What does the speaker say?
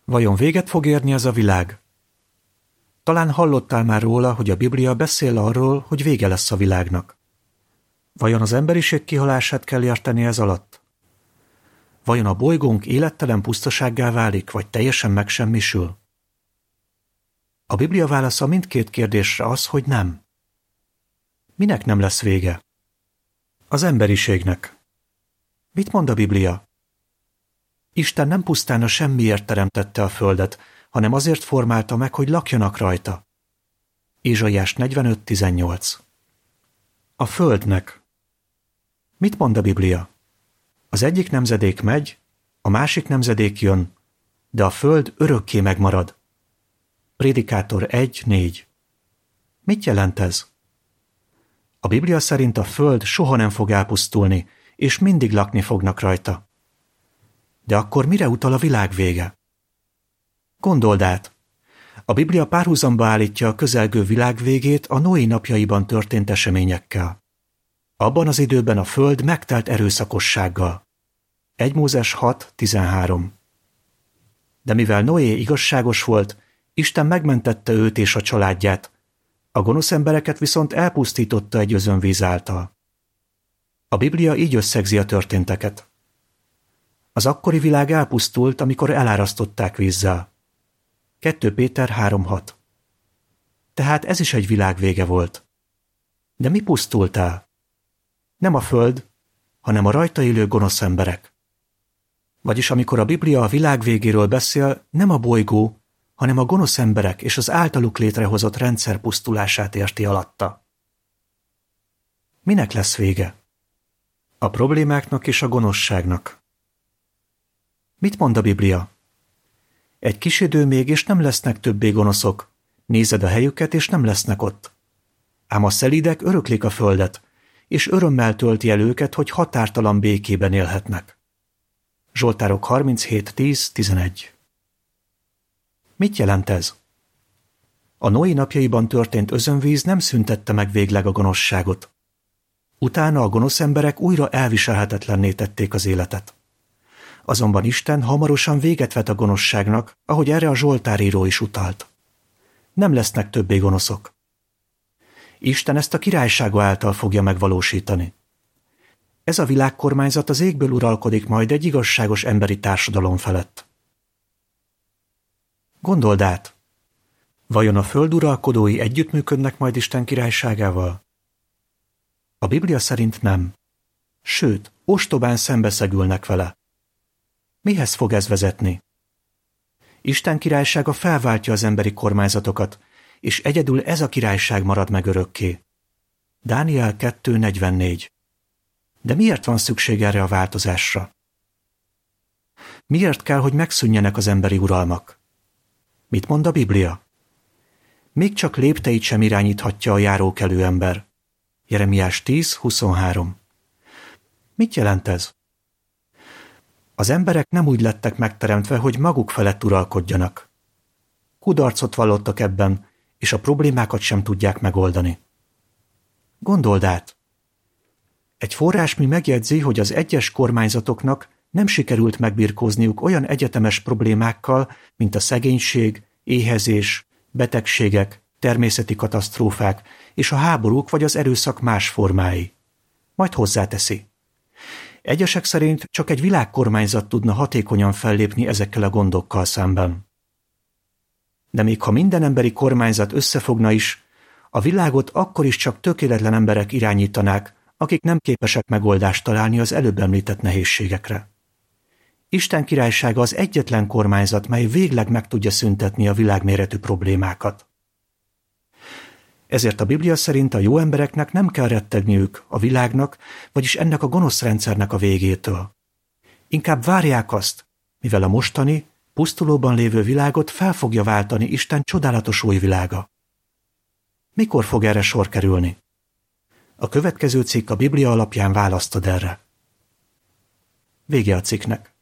Vajon véget fog érni ez a világ? Talán hallottál már róla, hogy a Biblia beszél arról, hogy vége lesz a világnak. Vajon az emberiség kihalását kell érteni ez alatt? Vajon a bolygónk élettelen pusztasággá válik, vagy teljesen megsemmisül? A Biblia válasza mindkét kérdésre az, hogy nem. Minek nem lesz vége? Az emberiségnek. Mit mond a Biblia? Isten nem pusztán a semmiért teremtette a földet, hanem azért formálta meg, hogy lakjanak rajta. Ézsaiás 45:18. A földnek. Mit mond a Biblia? Az egyik nemzedék megy, a másik nemzedék jön, de a föld örökké megmarad. Prédikátor 1:4. Mit jelent ez? A Biblia szerint a föld soha nem fog elpusztulni, és mindig lakni fognak rajta. De akkor mire utal a világ vége? Gondold át! A Biblia párhuzamba állítja a közelgő világ végét a Noé napjaiban történt eseményekkel. Abban az időben a föld megtelt erőszakossággal. 1 Mózes 6:13. De mivel Noé igazságos volt, Isten megmentette őt és a családját, a gonosz embereket viszont elpusztította egy özönvíz által. A Biblia így összegzi a történteket. Az akkori világ elpusztult, amikor elárasztották vízzel. 2 Péter 3:6. Tehát ez is egy világ vége volt. De mi pusztult el? Nem a föld, hanem a rajta élő gonosz emberek. Vagyis amikor a Biblia a világ végéről beszél, nem a bolygó, hanem a gonosz emberek és az általuk létrehozott rendszer pusztulását érti alatta. Minek lesz vége? A problémáknak és a gonoszságnak. Mit mond a Biblia? Egy kis idő még, és nem lesznek többé gonoszok. Nézed a helyüket, és nem lesznek ott. Ám a szelídek öröklik a földet, és örömmel tölti el őket, hogy határtalan békében élhetnek. Zsoltárok 37:10-11. Mit jelent ez? A Noé napjaiban történt özönvíz nem szüntette meg végleg a gonoszságot. Utána a gonosz emberek újra elviselhetetlenné tették az életet. Azonban Isten hamarosan véget vet a gonoszságnak, ahogy erre a Zsoltáríró is utalt. Nem lesznek többé gonoszok. Isten ezt a királysága által fogja megvalósítani. Ez a világkormányzat az égből uralkodik majd egy igazságos emberi társadalom felett. Gondold át! Vajon a föld uralkodói együttműködnek majd Isten királyságával? A Biblia szerint nem. Sőt, ostobán szembeszegülnek vele. Mihez fog ez vezetni? Isten királysága felváltja az emberi kormányzatokat, és egyedül ez a királyság marad meg örökké. Dániel 2:44. De miért van szükség erre a változásra? Miért kell, hogy megszűnjenek az emberi uralmak? Mit mond a Biblia? Még csak lépteit sem irányíthatja a járókelő ember. Jeremiás 10:23. Mit jelent ez? Az emberek nem úgy lettek megteremtve, hogy maguk felett uralkodjanak. Kudarcot vallottak ebben, és a problémákat sem tudják megoldani. Gondold át! Egy forrásmű megjegyzi, hogy az egyes kormányzatoknak nem sikerült megbirkózniuk olyan egyetemes problémákkal, mint a szegénység, éhezés, betegségek, természeti katasztrófák és a háborúk vagy az erőszak más formái. Majd hozzáteszi. Egyesek szerint csak egy világkormányzat tudna hatékonyan fellépni ezekkel a gondokkal szemben. De még ha minden emberi kormányzat összefogna is, a világot akkor is csak tökéletlen emberek irányítanák, akik nem képesek megoldást találni az előbb említett nehézségekre. Isten királysága az egyetlen kormányzat, mely végleg meg tudja szüntetni a világméretű problémákat. Ezért a Biblia szerint a jó embereknek nem kell rettegniük a világnak, vagyis ennek a gonosz rendszernek a végétől. Inkább várják azt, mivel a mostani, pusztulóban lévő világot fel fogja váltani Isten csodálatos új világa. Mikor fog erre sor kerülni? A következő cikk a Biblia alapján választ ad erre. Vége a cikknek.